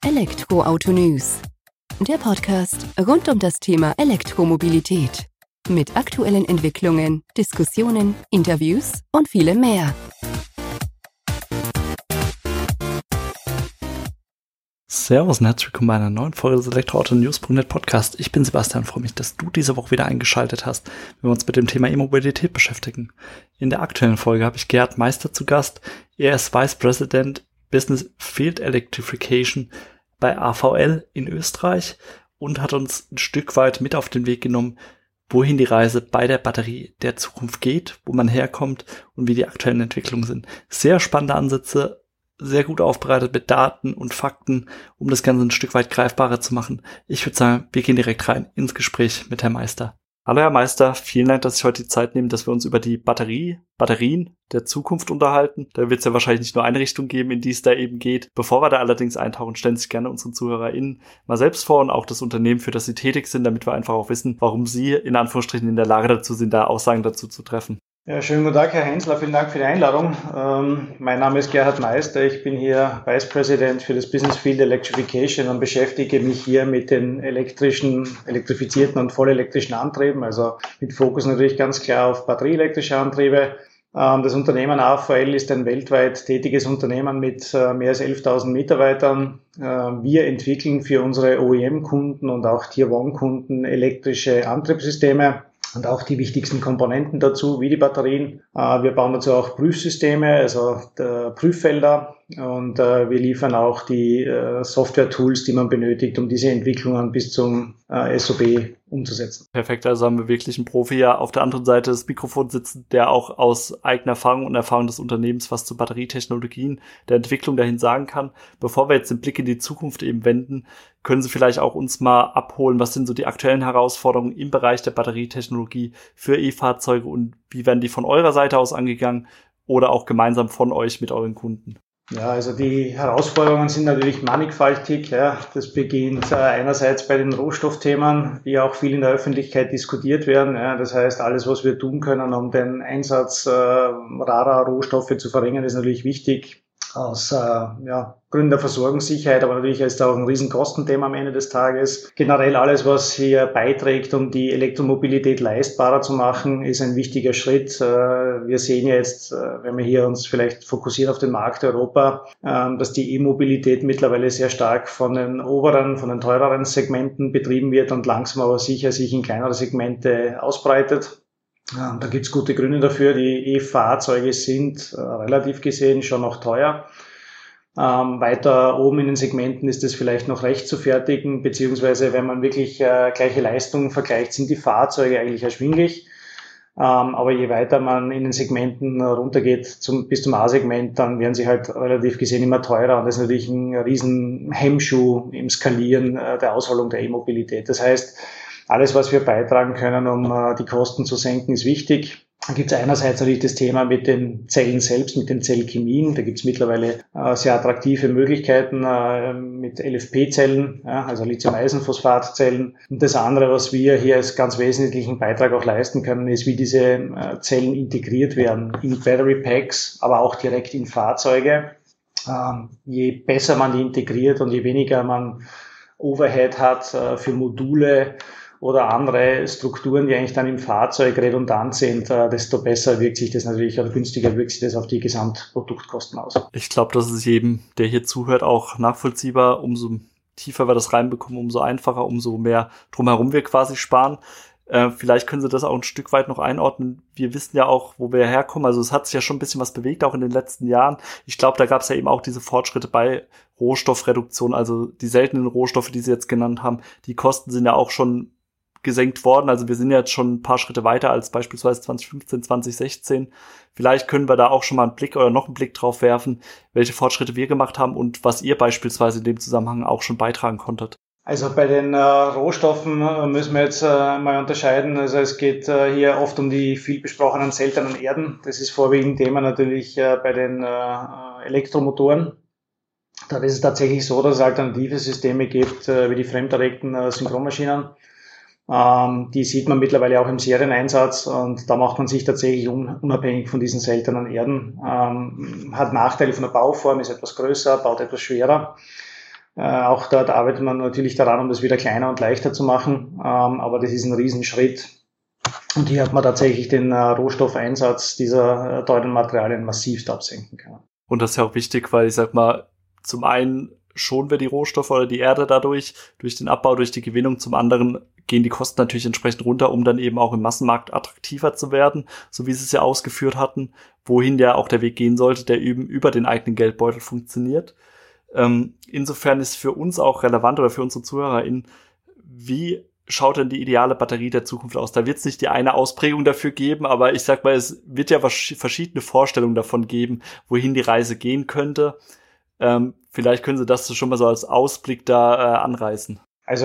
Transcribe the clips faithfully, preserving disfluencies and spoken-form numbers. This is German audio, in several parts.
Elektroauto News, der Podcast rund um das Thema Elektromobilität. Mit aktuellen Entwicklungen, Diskussionen, Interviews und vielem mehr. Servus und herzlich willkommen bei einer neuen Folge des Elektroauto News Punkt net Podcast. Ich bin Sebastian, freue mich, dass du diese Woche wieder eingeschaltet hast, wenn wir uns mit dem Thema E-Mobilität beschäftigen. In der aktuellen Folge habe ich Gerhard Meister zu Gast. Er ist Vice President Business Field Electrification bei A V L in Österreich und hat uns ein Stück weit mit auf den Weg genommen, wohin die Reise bei der Batterie der Zukunft geht, wo man herkommt und wie die aktuellen Entwicklungen sind. Sehr spannende Ansätze, sehr gut aufbereitet mit Daten und Fakten, um das Ganze ein Stück weit greifbarer zu machen. Ich würde sagen, wir gehen direkt rein ins Gespräch mit Herrn Meister. Hallo Herr Meister, vielen Dank, dass Sie heute die Zeit nehmen, dass wir uns über die Batterie, Batterien der Zukunft unterhalten. Da wird es ja wahrscheinlich nicht nur eine Richtung geben, in die es da eben geht. Bevor wir da allerdings eintauchen, stellen Sie sich gerne unseren ZuhörerInnen mal selbst vor und auch das Unternehmen, für das Sie tätig sind, damit wir einfach auch wissen, warum Sie in Anführungsstrichen in der Lage dazu sind, da Aussagen dazu zu treffen. Ja, schönen guten Tag, Herr Hensler. Vielen Dank für die Einladung. Ähm, mein Name ist Gerhard Meister. Ich bin hier Vice President für das Business Field Electrification und beschäftige mich hier mit den elektrischen, elektrifizierten und vollelektrischen Antrieben, also mit Fokus natürlich ganz klar auf batterieelektrische Antriebe. Ähm, das Unternehmen A V L ist ein weltweit tätiges Unternehmen mit äh, mehr als elftausend Mitarbeitern. Äh, wir entwickeln für unsere O E M-Kunden und auch Tier-One-Kunden elektrische Antriebssysteme und auch die wichtigsten Komponenten dazu, wie die Batterien. Wir bauen dazu auch Prüfsysteme, also Prüffelder, und wir liefern auch die Software-Tools, die man benötigt, um diese Entwicklungen bis zum S O B umzusetzen. Perfekt, also haben wir wirklich einen Profi ja auf der anderen Seite des Mikrofons sitzen, der auch aus eigener Erfahrung und Erfahrung des Unternehmens was zu Batterietechnologien, der Entwicklung dahin sagen kann. Bevor wir jetzt den Blick in die Zukunft eben wenden, können Sie vielleicht auch uns mal abholen, was sind so die aktuellen Herausforderungen im Bereich der Batterietechnologie für E-Fahrzeuge und wie werden die von eurer Seite aus angegangen oder auch gemeinsam von euch mit euren Kunden? Ja, also die Herausforderungen sind natürlich mannigfaltig. Ja. Das beginnt äh, einerseits bei den Rohstoffthemen, die auch viel in der Öffentlichkeit diskutiert werden. Ja. Das heißt, alles, was wir tun können, um den Einsatz äh, rarer Rohstoffe zu verringern, ist natürlich wichtig. Aus äh, ja, Gründen der Versorgungssicherheit, aber natürlich ist da auch ein Riesenkostenthema am Ende des Tages. Generell alles, was hier beiträgt, um die Elektromobilität leistbarer zu machen, ist ein wichtiger Schritt. Äh, wir sehen ja jetzt, äh, wenn wir hier uns vielleicht fokussieren auf den Markt Europa, äh, dass die E-Mobilität mittlerweile sehr stark von den oberen, von den teureren Segmenten betrieben wird und langsam aber sicher sich in kleinere Segmente ausbreitet. Ja, da gibt's gute Gründe dafür. Die E-Fahrzeuge sind äh, relativ gesehen schon noch teuer. Ähm, weiter oben in den Segmenten ist es vielleicht noch recht zu fertigen, beziehungsweise wenn man wirklich äh, gleiche Leistungen vergleicht, sind die Fahrzeuge eigentlich erschwinglich. Ähm, aber je weiter man in den Segmenten runtergeht zum, bis zum A-Segment, dann werden sie halt relativ gesehen immer teurer. Und das ist natürlich ein riesen Hemmschuh im Skalieren äh, der Ausrollung der E-Mobilität. Das heißt, alles, was wir beitragen können, um uh, die Kosten zu senken, ist wichtig. Da gibt es einerseits natürlich das Thema mit den Zellen selbst, mit den Zellchemien. Da gibt es mittlerweile uh, sehr attraktive Möglichkeiten uh, mit L F P-Zellen, ja, also Lithium-Eisenphosphat-Zellen. Und das andere, was wir hier als ganz wesentlichen Beitrag auch leisten können, ist, wie diese uh, Zellen integriert werden in Battery Packs, aber auch direkt in Fahrzeuge. Uh, je besser man die integriert und je weniger man Overhead hat uh, für Module oder andere Strukturen, die eigentlich dann im Fahrzeug redundant sind, äh, desto besser wirkt sich das natürlich oder günstiger wirkt sich das auf die Gesamtproduktkosten aus. Ich glaube, das ist jedem, der hier zuhört, auch nachvollziehbar. Umso tiefer wir das reinbekommen, umso einfacher, umso mehr drumherum wir quasi sparen. Äh, vielleicht können Sie das auch ein Stück weit noch einordnen. Wir wissen ja auch, wo wir herkommen. Also es hat sich ja schon ein bisschen was bewegt, auch in den letzten Jahren. Ich glaube, da gab es ja eben auch diese Fortschritte bei Rohstoffreduktion, also die seltenen Rohstoffe, die Sie jetzt genannt haben. Die Kosten sind ja auch schon gesenkt worden. Also wir sind jetzt schon ein paar Schritte weiter als beispielsweise zwanzig fünfzehn, zwanzig sechzehn. Vielleicht können wir da auch schon mal einen Blick oder noch einen Blick drauf werfen, welche Fortschritte wir gemacht haben und was ihr beispielsweise in dem Zusammenhang auch schon beitragen konntet. Also bei den äh, Rohstoffen äh, müssen wir jetzt äh, mal unterscheiden. Also es geht äh, hier oft um die viel besprochenen seltenen Erden. Das ist vorwiegend Thema natürlich äh, bei den äh, Elektromotoren. Da ist es tatsächlich so, dass es alternative Systeme gibt, äh, wie die fremderregten äh, Synchronmaschinen. Ähm, die sieht man mittlerweile auch im Serieneinsatz und da macht man sich tatsächlich un- unabhängig von diesen seltenen Erden. Ähm, hat Nachteile von der Bauform, ist etwas größer, baut etwas schwerer. Äh, auch dort arbeitet man natürlich daran, um das wieder kleiner und leichter zu machen. Ähm, aber das ist ein Riesenschritt. Und hier hat man tatsächlich den äh, Rohstoffeinsatz dieser äh, teuren Materialien massivst absenken können. Und das ist ja auch wichtig, weil ich sag mal, zum einen schonen wir die Rohstoffe oder die Erde dadurch, durch den Abbau, durch die Gewinnung. Zum anderen gehen die Kosten natürlich entsprechend runter, um dann eben auch im Massenmarkt attraktiver zu werden, so wie sie es ja ausgeführt hatten, wohin ja auch der Weg gehen sollte, der eben über den eigenen Geldbeutel funktioniert. Ähm, insofern ist für uns auch relevant oder für unsere ZuhörerInnen, wie schaut denn die ideale Batterie der Zukunft aus? Da wird es nicht die eine Ausprägung dafür geben, aber ich sag mal, es wird ja verschiedene Vorstellungen davon geben, wohin die Reise gehen könnte. Ähm, vielleicht können Sie das schon mal so als Ausblick da äh, anreißen. Also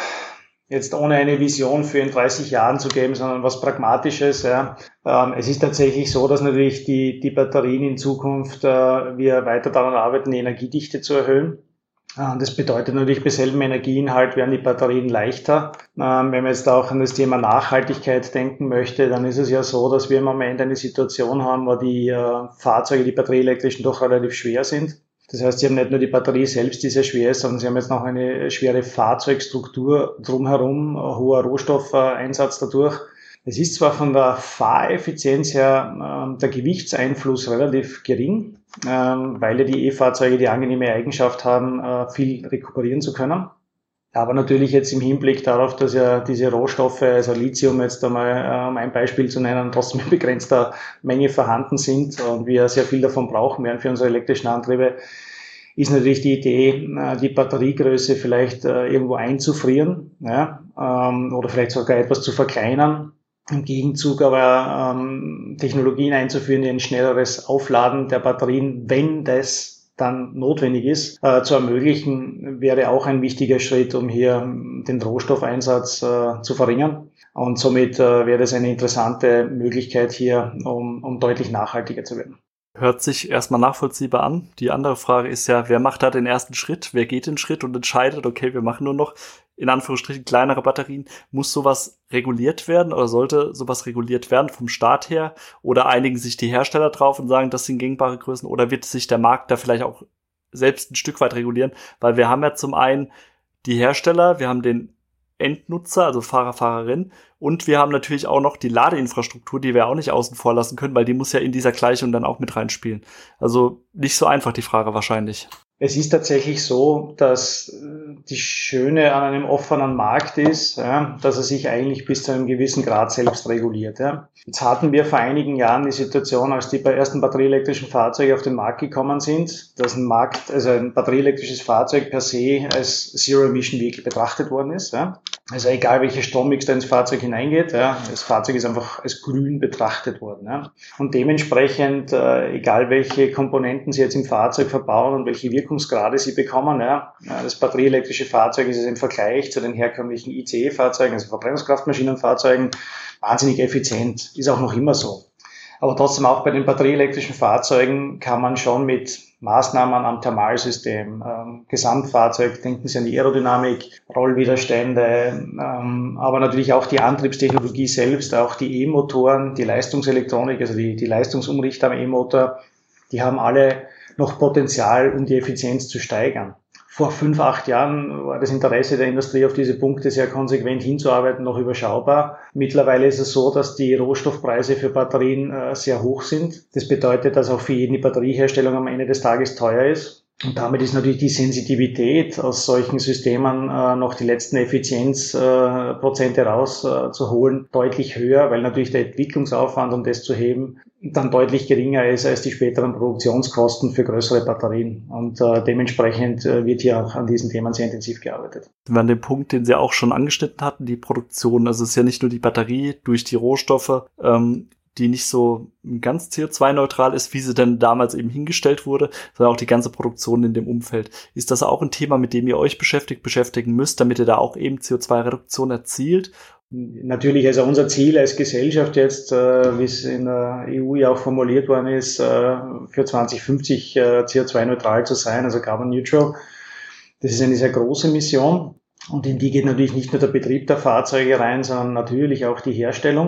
jetzt ohne eine Vision für in dreißig Jahren zu geben, sondern was Pragmatisches. Ja. Ähm, es ist tatsächlich so, dass natürlich die, die Batterien in Zukunft, äh, wir weiter daran arbeiten, die Energiedichte zu erhöhen. Äh, das bedeutet natürlich, bei selben Energieinhalt werden die Batterien leichter. Ähm, wenn man jetzt auch an das Thema Nachhaltigkeit denken möchte, dann ist es ja so, dass wir im Moment eine Situation haben, wo die äh, Fahrzeuge, die batterieelektrischen, doch relativ schwer sind. Das heißt, sie haben nicht nur die Batterie selbst, die sehr schwer ist, sondern sie haben jetzt noch eine schwere Fahrzeugstruktur drumherum, hoher Rohstoffeinsatz dadurch. Es ist zwar von der Fahreffizienz her äh, der Gewichtseinfluss relativ gering, äh, weil ja die E-Fahrzeuge die angenehme Eigenschaft haben, äh, viel rekuperieren zu können. Aber natürlich jetzt im Hinblick darauf, dass ja diese Rohstoffe, also Lithium jetzt einmal, um ein Beispiel zu nennen, trotzdem in begrenzter Menge vorhanden sind und wir sehr viel davon brauchen werden für unsere elektrischen Antriebe, ist natürlich die Idee, die Batteriegröße vielleicht irgendwo einzufrieren, ja, oder vielleicht sogar etwas zu verkleinern. Im Gegenzug aber ähm, Technologien einzuführen, die ein schnelleres Aufladen der Batterien, wenn das dann notwendig ist, äh, zu ermöglichen, wäre auch ein wichtiger Schritt, um hier den Rohstoffeinsatz äh, zu verringern. Und somit äh, wäre das eine interessante Möglichkeit hier, um, um deutlich nachhaltiger zu werden. Hört sich erstmal nachvollziehbar an. Die andere Frage ist ja, wer macht da den ersten Schritt? Wer geht den Schritt und entscheidet, okay, wir machen nur noch in Anführungsstrichen kleinere Batterien? Muss sowas reguliert werden oder sollte sowas reguliert werden vom Staat her? Oder einigen sich die Hersteller drauf und sagen, das sind gängbare Größen? Oder wird sich der Markt da vielleicht auch selbst ein Stück weit regulieren? Weil wir haben ja zum einen die Hersteller, wir haben den Endnutzer, also Fahrer, Fahrerin, und wir haben natürlich auch noch die Ladeinfrastruktur, die wir auch nicht außen vor lassen können, weil die muss ja in dieser Gleichung dann auch mit reinspielen. Also nicht so einfach die Frage wahrscheinlich. Es ist tatsächlich so, dass die Schöne an einem offenen Markt ist, ja, dass er sich eigentlich bis zu einem gewissen Grad selbst reguliert. Ja. Jetzt hatten wir vor einigen Jahren die Situation, als die ersten batterieelektrischen Fahrzeuge auf den Markt gekommen sind, dass ein Markt, also ein batterieelektrisches Fahrzeug per se als Zero-Emission-Vehicle betrachtet worden ist. Ja. Also egal, welcher Strommix da ins Fahrzeug hineingeht, ja, das Fahrzeug ist einfach als grün betrachtet worden. Ja. Und dementsprechend, äh, egal welche Komponenten Sie jetzt im Fahrzeug verbauen und welche Wirkungsgrade Sie bekommen, ja, das batterieelektrische Fahrzeug ist es im Vergleich zu den herkömmlichen I C E-Fahrzeugen, also Verbrennungskraftmaschinenfahrzeugen, wahnsinnig effizient. Ist auch noch immer so. Aber trotzdem auch bei den batterieelektrischen Fahrzeugen kann man schon mit Maßnahmen am Thermalsystem, ähm, Gesamtfahrzeug, denken Sie an die Aerodynamik, Rollwiderstände, ähm, aber natürlich auch die Antriebstechnologie selbst, auch die E-Motoren, die Leistungselektronik, also die, die Leistungsumrichter am E-Motor, die haben alle noch Potenzial, um die Effizienz zu steigern. Vor fünf, acht Jahren war das Interesse der Industrie auf diese Punkte sehr konsequent hinzuarbeiten noch überschaubar. Mittlerweile ist es so, dass die Rohstoffpreise für Batterien äh, sehr hoch sind. Das bedeutet, dass auch für jeden die Batterieherstellung am Ende des Tages teuer ist. Und damit ist natürlich die Sensitivität aus solchen Systemen äh, noch die letzten Effizienzprozente äh, rauszuholen, äh, deutlich höher, weil natürlich der Entwicklungsaufwand, um das zu heben, dann deutlich geringer ist als die späteren Produktionskosten für größere Batterien. Und äh, dementsprechend äh, wird hier auch an diesen Themen sehr intensiv gearbeitet. Wir an dem Punkt, den Sie auch schon angeschnitten hatten, die Produktion. Also es ist ja nicht nur die Batterie durch die Rohstoffe, ähm, die nicht so ganz C O zwei neutral ist, wie sie denn damals eben hingestellt wurde, sondern auch die ganze Produktion in dem Umfeld. Ist das auch ein Thema, mit dem ihr euch beschäftigt, beschäftigen müsst, damit ihr da auch eben C O zwei Reduktion erzielt? Natürlich, also unser Ziel als Gesellschaft jetzt, äh, wie es in der E U ja auch formuliert worden ist, äh, für zwanzig fünfzig äh, C O zwei neutral zu sein, also Carbon Neutral. Das ist eine sehr große Mission und in die geht natürlich nicht nur der Betrieb der Fahrzeuge rein, sondern natürlich auch die Herstellung.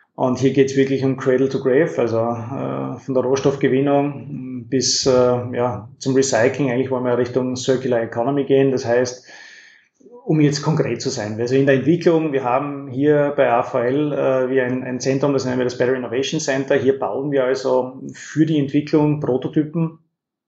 Und hier geht es wirklich um Cradle to Grave, also äh, von der Rohstoffgewinnung bis äh, ja, zum Recycling. Eigentlich wollen wir Richtung Circular Economy gehen. Das heißt, um jetzt konkret zu sein, also in der Entwicklung, wir haben hier bei A V L äh, wie ein, ein Zentrum, das nennen wir das Battery Innovation Center. Hier bauen wir also für die Entwicklung Prototypen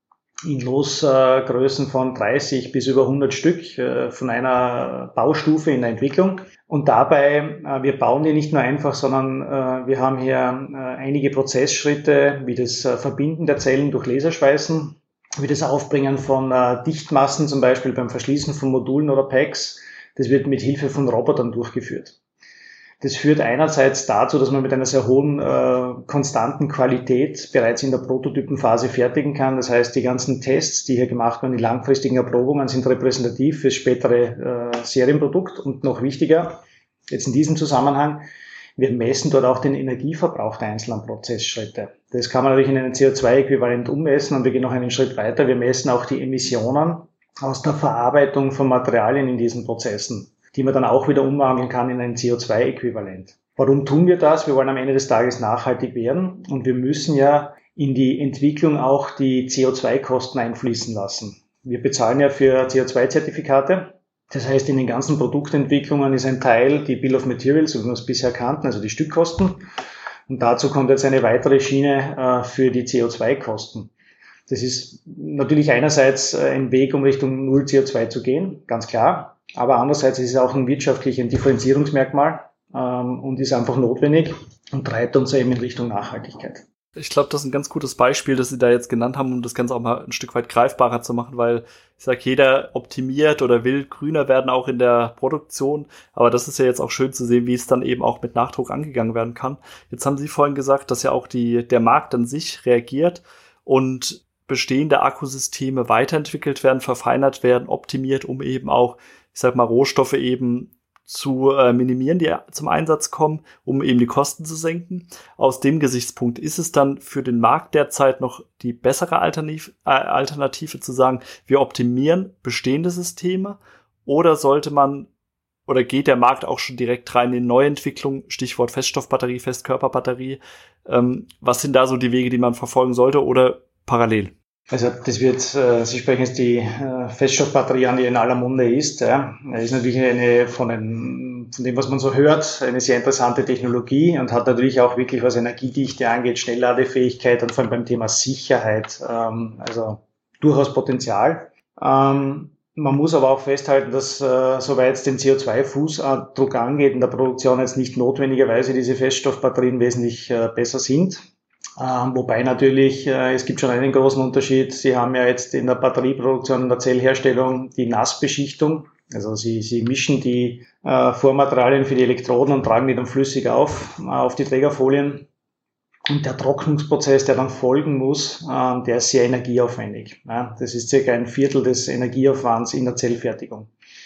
in Losgrößen äh, von dreißig bis über hundert Stück äh, von einer Baustufe in der Entwicklung. Und dabei, äh, wir bauen die nicht nur einfach, sondern äh, wir haben hier äh, einige Prozessschritte, wie das äh, Verbinden der Zellen durch Laserschweißen, wie das Aufbringen von äh, Dichtmassen, zum Beispiel beim Verschließen von Modulen oder Packs. Das wird mit Hilfe von Robotern durchgeführt. Das führt einerseits dazu, dass man mit einer sehr hohen, äh, konstanten Qualität bereits in der Prototypenphase fertigen kann. Das heißt, die ganzen Tests, die hier gemacht werden, die langfristigen Erprobungen sind repräsentativ fürs spätere äh, Serienprodukt. Und noch wichtiger, jetzt in diesem Zusammenhang, wir messen dort auch den Energieverbrauch der einzelnen Prozessschritte. Das kann man natürlich in einem C O zwei Äquivalent ummessen und wir gehen noch einen Schritt weiter. Wir messen auch die Emissionen aus der Verarbeitung von Materialien in diesen Prozessen, die man dann auch wieder umwandeln kann in ein C O zwei Äquivalent. Warum tun wir das? Wir wollen am Ende des Tages nachhaltig werden und wir müssen ja in die Entwicklung auch die C O zwei Kosten einfließen lassen. Wir bezahlen ja für C O zwei Zertifikate. Das heißt, in den ganzen Produktentwicklungen ist ein Teil die Bill of Materials, wie wir es bisher kannten, also die Stückkosten. Und dazu kommt jetzt eine weitere Schiene äh, für die C O zwei Kosten. Das ist natürlich einerseits ein Weg, um Richtung Null C O zwei zu gehen, ganz klar. Aber andererseits ist es auch ein wirtschaftliches Differenzierungsmerkmal ähm, und ist einfach notwendig und treibt uns eben in Richtung Nachhaltigkeit. Ich glaube, das ist ein ganz gutes Beispiel, das Sie da jetzt genannt haben, um das Ganze auch mal ein Stück weit greifbarer zu machen, weil ich sage, jeder optimiert oder will grüner werden, auch in der Produktion. Aber das ist ja jetzt auch schön zu sehen, wie es dann eben auch mit Nachdruck angegangen werden kann. Jetzt haben Sie vorhin gesagt, dass ja auch die der Markt an sich reagiert und bestehende Akkusysteme weiterentwickelt werden, verfeinert werden, optimiert, um eben auch, ich sag mal, Rohstoffe eben zu äh, minimieren, die zum Einsatz kommen, um eben die Kosten zu senken. Aus dem Gesichtspunkt ist es dann für den Markt derzeit noch die bessere Alternative, äh, Alternative zu sagen, wir optimieren bestehende Systeme, oder sollte man oder geht der Markt auch schon direkt rein in Neuentwicklung, Stichwort Feststoffbatterie, Festkörperbatterie? Ähm, was sind da so die Wege, die man verfolgen sollte, oder parallel? Also das wird, äh, Sie sprechen jetzt die äh, Feststoffbatterie an, die in aller Munde ist. Ja. Das ist natürlich eine von, den, von dem, was man so hört, eine sehr interessante Technologie und hat natürlich auch wirklich, was Energiedichte angeht, Schnellladefähigkeit und vor allem beim Thema Sicherheit, ähm, also durchaus Potenzial. Ähm, man muss aber auch festhalten, dass äh, soweit es den C O zwei Fußabdruck angeht in der Produktion jetzt nicht notwendigerweise diese Feststoffbatterien wesentlich äh, besser sind. Ähm, wobei natürlich, äh, es gibt schon einen großen Unterschied. Sie haben ja jetzt in der Batterieproduktion, in der Zellherstellung die Nassbeschichtung. Also Sie, Sie mischen die äh, Vormaterialien für die Elektroden und tragen die dann flüssig auf, äh, auf die Trägerfolien. Und der Trocknungsprozess, der dann folgen muss, äh, der ist sehr energieaufwendig. Ja, das ist circa ein Viertel des Energieaufwands in der Zellfertigung.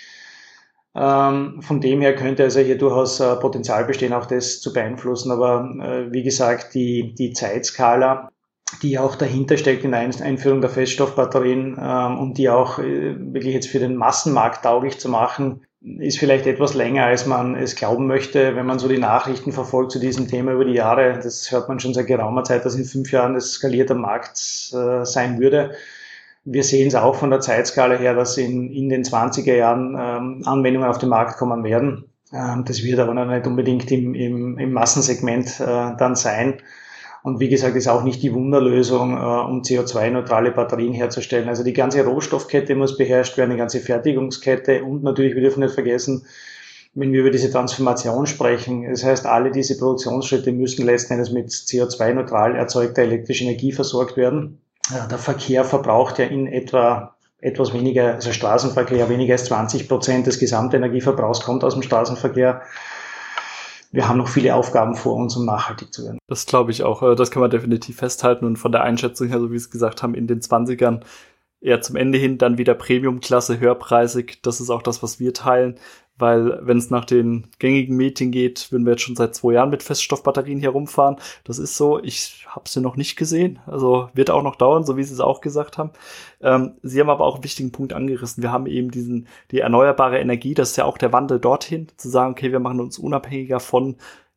Ähm, von dem her könnte also hier durchaus äh, Potenzial bestehen, auch das zu beeinflussen. Aber äh, wie gesagt, die, die Zeitskala, die auch dahinter steckt in der Einführung der Feststoffbatterien ähm, und die auch äh, wirklich jetzt für den Massenmarkt tauglich zu machen, ist vielleicht etwas länger, als man es glauben möchte, wenn man so die Nachrichten verfolgt zu diesem Thema über die Jahre. Das hört man schon seit geraumer Zeit, dass in fünf Jahren das skalierter Markt äh, sein würde. Wir sehen es auch von der Zeitskala her, dass in, in den zwanziger Jahren ähm, Anwendungen auf den Markt kommen werden. Ähm, das wird aber noch nicht unbedingt im, im, im Massensegment äh, dann sein. Und wie gesagt, ist auch nicht die Wunderlösung, äh, um C O zwei neutrale Batterien herzustellen. Also die ganze Rohstoffkette muss beherrscht werden, die ganze Fertigungskette und natürlich, wir dürfen nicht vergessen, wenn wir über diese Transformation sprechen, das heißt, alle diese Produktionsschritte müssen letzten Endes mit C O zwei neutral erzeugter elektrischer Energie versorgt werden. Der Verkehr verbraucht ja in etwa etwas weniger, also Straßenverkehr, weniger als zwanzig Prozent des Gesamtenergieverbrauchs kommt aus dem Straßenverkehr. Wir haben noch viele Aufgaben vor uns, um nachhaltig zu werden. Das glaube ich auch. Das kann man definitiv festhalten. Und von der Einschätzung her, so wie Sie es gesagt haben, in den zwanzigern eher zum Ende hin dann wieder Premium-Klasse, höherpreisig. Das ist auch das, was wir teilen. Weil wenn es nach den gängigen Medien geht, würden wir jetzt schon seit zwei Jahren mit Feststoffbatterien hier rumfahren. Das ist so, ich habe sie noch nicht gesehen. Also wird auch noch dauern, so wie Sie es auch gesagt haben. Ähm, Sie haben aber auch einen wichtigen Punkt angerissen. Wir haben eben diesen die erneuerbare Energie, das ist ja auch der Wandel dorthin, zu sagen, okay, wir machen uns unabhängiger von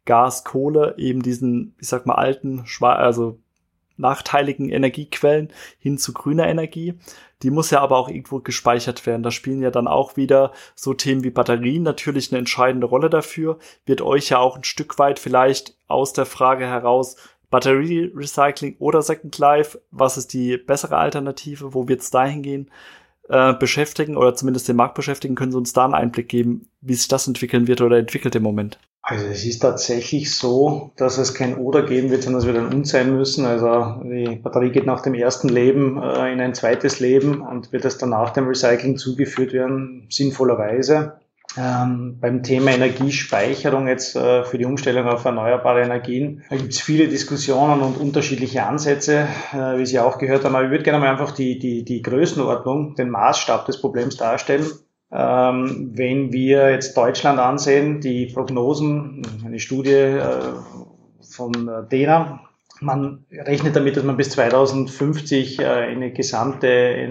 Gas, Kohle, eben diesen, ich sag mal, alten, also nachteiligen Energiequellen hin zu grüner Energie. Die muss ja aber auch irgendwo gespeichert werden. Da spielen ja dann auch wieder so Themen wie Batterien natürlich eine entscheidende Rolle dafür. Wird euch ja auch ein Stück weit vielleicht aus der Frage heraus Batterierecycling oder Second Life, was ist die bessere Alternative, wo wird es dahin gehen, äh, beschäftigen oder zumindest den Markt beschäftigen. Können Sie uns da einen Einblick geben, wie sich das entwickeln wird oder entwickelt im Moment? Also es ist tatsächlich so, dass es kein Oder geben wird, sondern dass wir dann uns sein müssen. Also die Batterie geht nach dem ersten Leben äh, in ein zweites Leben und wird es dann nach dem Recycling zugeführt werden, sinnvollerweise. Ähm, beim Thema Energiespeicherung jetzt äh, für die Umstellung auf erneuerbare Energien, da gibt es viele Diskussionen und unterschiedliche Ansätze, äh, wie Sie auch gehört haben. Aber ich würde gerne mal einfach die, die, die Größenordnung, den Maßstab des Problems darstellen. Ähm, wenn wir jetzt Deutschland ansehen, die Prognosen, eine Studie äh, von äh, DENA, man rechnet damit, dass man bis zweitausendfünfzig äh, eine gesamte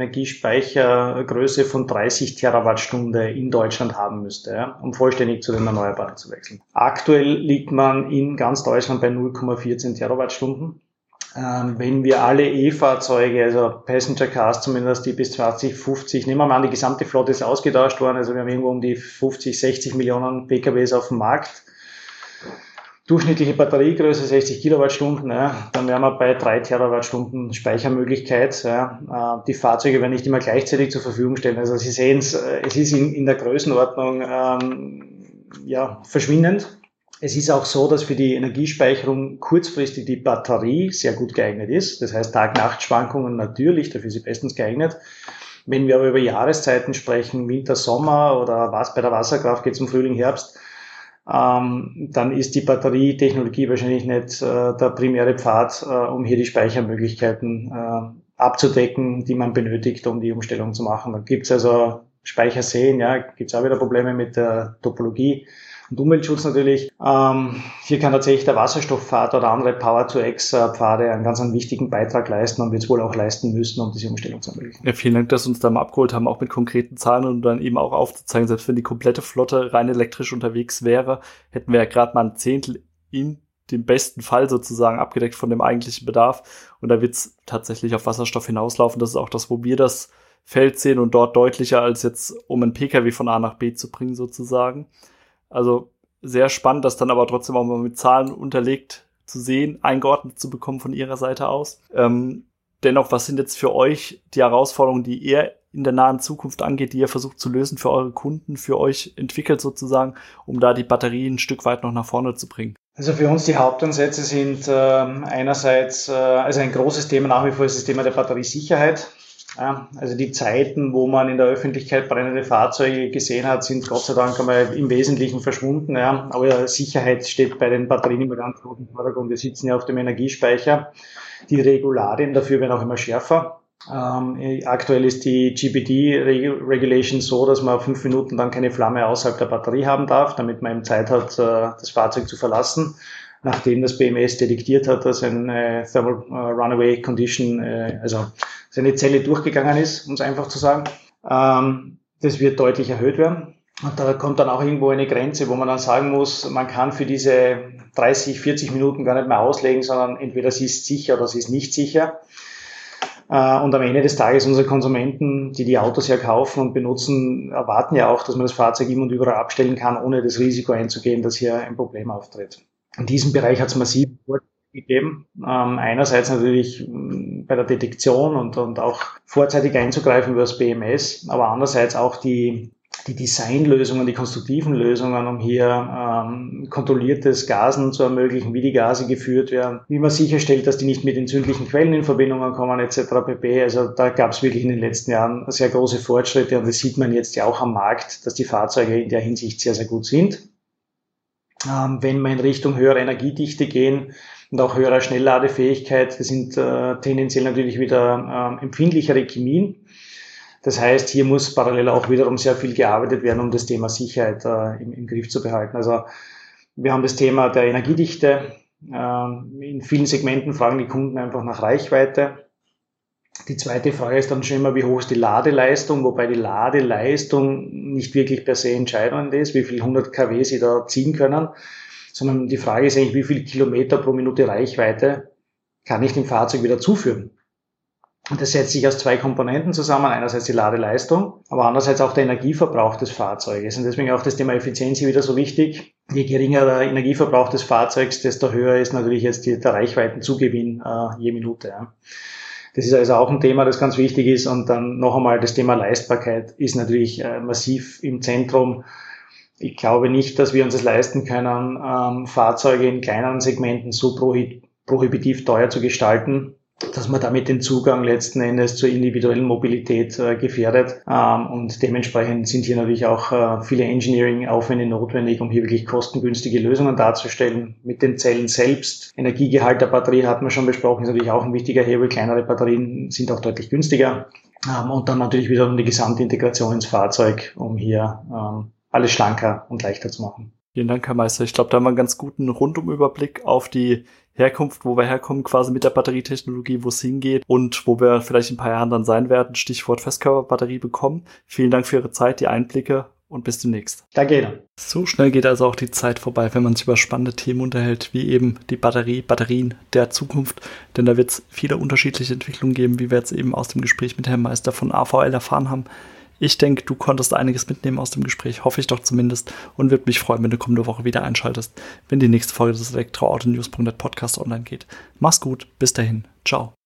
Energiespeichergröße von dreißig Terawattstunde in Deutschland haben müsste, ja, um vollständig zu den Erneuerbaren zu wechseln. Aktuell liegt man in ganz Deutschland bei null Komma vierzehn Terawattstunden. Ähm, wenn wir alle E-Fahrzeuge, also Passenger Cars zumindest, die bis zwanzig fünfzig, nehmen wir mal an, die gesamte Flotte ist ausgetauscht worden, also wir haben irgendwo um die fünfzig, sechzig Millionen P K Ws auf dem Markt, durchschnittliche Batteriegröße sechzig Kilowattstunden, ja, dann wären wir bei drei Terawattstunden Speichermöglichkeit. Ja. Die Fahrzeuge werden nicht immer gleichzeitig zur Verfügung stellen, also Sie sehen es, es ist in, in der Größenordnung ähm, ja, verschwindend. Es ist auch so, dass für die Energiespeicherung kurzfristig die Batterie sehr gut geeignet ist. Das heißt, Tag-Nacht-Schwankungen natürlich, dafür ist sie bestens geeignet. Wenn wir aber über Jahreszeiten sprechen, Winter, Sommer oder was bei der Wasserkraft geht zum Frühling, Herbst, ähm, dann ist die Batterietechnologie wahrscheinlich nicht äh, der primäre Pfad, äh, um hier die Speichermöglichkeiten äh, abzudecken, die man benötigt, um die Umstellung zu machen. Da gibt's also Speicherseen, ja, gibt's auch wieder Probleme mit der Topologie. Und Umweltschutz natürlich. Ähm, hier kann tatsächlich der Wasserstoffpfad oder andere Power-to-X-Pfade einen ganz einen wichtigen Beitrag leisten und wird es wohl auch leisten müssen, um diese Umstellung zu ermöglichen. Ja, vielen Dank, dass Sie uns da mal abgeholt haben, auch mit konkreten Zahlen und dann eben auch aufzuzeigen, selbst wenn die komplette Flotte rein elektrisch unterwegs wäre, hätten wir ja gerade mal ein Zehntel in dem besten Fall sozusagen abgedeckt von dem eigentlichen Bedarf. Und da wird es tatsächlich auf Wasserstoff hinauslaufen. Das ist auch das, wo wir das Feld sehen und dort deutlicher als jetzt, um einen P K W von A nach B zu bringen sozusagen. Also sehr spannend, das dann aber trotzdem auch mal mit Zahlen unterlegt zu sehen, eingeordnet zu bekommen von Ihrer Seite aus. Ähm, dennoch, was sind jetzt für euch die Herausforderungen, die ihr in der nahen Zukunft angeht, die ihr versucht zu lösen für eure Kunden, für euch entwickelt sozusagen, um da die Batterien ein Stück weit noch nach vorne zu bringen? Also für uns die Hauptansätze sind äh, einerseits, äh, also ein großes Thema nach wie vor ist das Thema der Batteriesicherheit. Ja, also die Zeiten, wo man in der Öffentlichkeit brennende Fahrzeuge gesehen hat, sind Gott sei Dank einmal im Wesentlichen verschwunden. Ja. Aber Sicherheit steht bei den Batterien immer ganz groß im Vordergrund. Wir sitzen ja auf dem Energiespeicher. Die Regularien dafür werden auch immer schärfer. Ähm, aktuell ist die G B D-Regulation so, dass man fünf Minuten dann keine Flamme außerhalb der Batterie haben darf, damit man eben Zeit hat, das Fahrzeug zu verlassen. Nachdem das B M S detektiert hat, dass eine Thermal Runaway Condition, äh, also seine Zelle durchgegangen ist, um es einfach zu sagen. Ähm, das wird deutlich erhöht werden. Und da kommt dann auch irgendwo eine Grenze, wo man dann sagen muss, man kann für diese dreißig, vierzig Minuten gar nicht mehr auslegen, sondern entweder sie ist sicher oder sie ist nicht sicher. Äh, und am Ende des Tages unsere Konsumenten, die die Autos ja kaufen und benutzen, erwarten ja auch, dass man das Fahrzeug immer und überall abstellen kann, ohne das Risiko einzugehen, dass hier ein Problem auftritt. In diesem Bereich hat es massiv Fortschritte gegeben. Ähm, einerseits natürlich mh, bei der Detektion und, und auch vorzeitig einzugreifen über das B M S, aber andererseits auch die, die Designlösungen, die konstruktiven Lösungen, um hier ähm, kontrolliertes Gasen zu ermöglichen, wie die Gase geführt werden, wie man sicherstellt, dass die nicht mit entzündlichen Quellen in Verbindung kommen et cetera pp. Also da gab es wirklich in den letzten Jahren sehr große Fortschritte und das sieht man jetzt ja auch am Markt, dass die Fahrzeuge in der Hinsicht sehr, sehr gut sind. Ähm, wenn wir in Richtung höhere Energiedichte gehen und auch höherer Schnellladefähigkeit, das sind äh, tendenziell natürlich wieder äh, empfindlichere Chemien. Das heißt, hier muss parallel auch wiederum sehr viel gearbeitet werden, um das Thema Sicherheit äh, im, im Griff zu behalten. Also wir haben das Thema der Energiedichte. Äh, in vielen Segmenten fragen die Kunden einfach nach Reichweite. Die zweite Frage ist dann schon immer, wie hoch ist die Ladeleistung, wobei die Ladeleistung nicht wirklich per se entscheidend ist, wie viel hundert Kilowatt sie da ziehen können, sondern die Frage ist eigentlich, wie viel Kilometer pro Minute Reichweite kann ich dem Fahrzeug wieder zuführen. Und das setzt sich aus zwei Komponenten zusammen. Einerseits die Ladeleistung, aber andererseits auch der Energieverbrauch des Fahrzeuges. Und deswegen auch das Thema Effizienz hier wieder so wichtig. Je geringer der Energieverbrauch des Fahrzeugs, desto höher ist natürlich jetzt die, der Reichweitenzugewinn äh, je Minute. Ja. Das ist also auch ein Thema, das ganz wichtig ist. Und dann noch einmal das Thema Leistbarkeit ist natürlich äh, massiv im Zentrum. Ich glaube nicht, dass wir uns es leisten können, ähm, Fahrzeuge in kleineren Segmenten so prohi- prohibitiv teuer zu gestalten, dass man damit den Zugang letzten Endes zur individuellen Mobilität äh, gefährdet. Ähm, und dementsprechend sind hier natürlich auch äh, viele Engineering-Aufwände notwendig, um hier wirklich kostengünstige Lösungen darzustellen. Mit den Zellen selbst. Energiegehalt der Batterie hat man schon besprochen, ist natürlich auch ein wichtiger Hebel. Kleinere Batterien sind auch deutlich günstiger. Ähm, und dann natürlich wieder um die gesamte Integration ins Fahrzeug, um hier ähm, alles schlanker und leichter zu machen. Vielen Dank, Herr Meister. Ich glaube, da haben wir einen ganz guten Rundumüberblick auf die Herkunft, wo wir herkommen, quasi mit der Batterietechnologie, wo es hingeht und wo wir vielleicht in ein paar Jahren dann sein werden. Stichwort Festkörperbatterie bekommen. Vielen Dank für Ihre Zeit, die Einblicke und bis demnächst. Danke Ihnen. So schnell geht also auch die Zeit vorbei, wenn man sich über spannende Themen unterhält, wie eben die Batterie, Batterien der Zukunft. Denn da wird es viele unterschiedliche Entwicklungen geben, wie wir jetzt eben aus dem Gespräch mit Herrn Meister von A V L erfahren haben. Ich denke, du konntest einiges mitnehmen aus dem Gespräch, hoffe ich doch zumindest, und würde mich freuen, wenn du kommende Woche wieder einschaltest, wenn die nächste Folge des Elektroauto News Punkt net Podcast online geht. Mach's gut, bis dahin, ciao.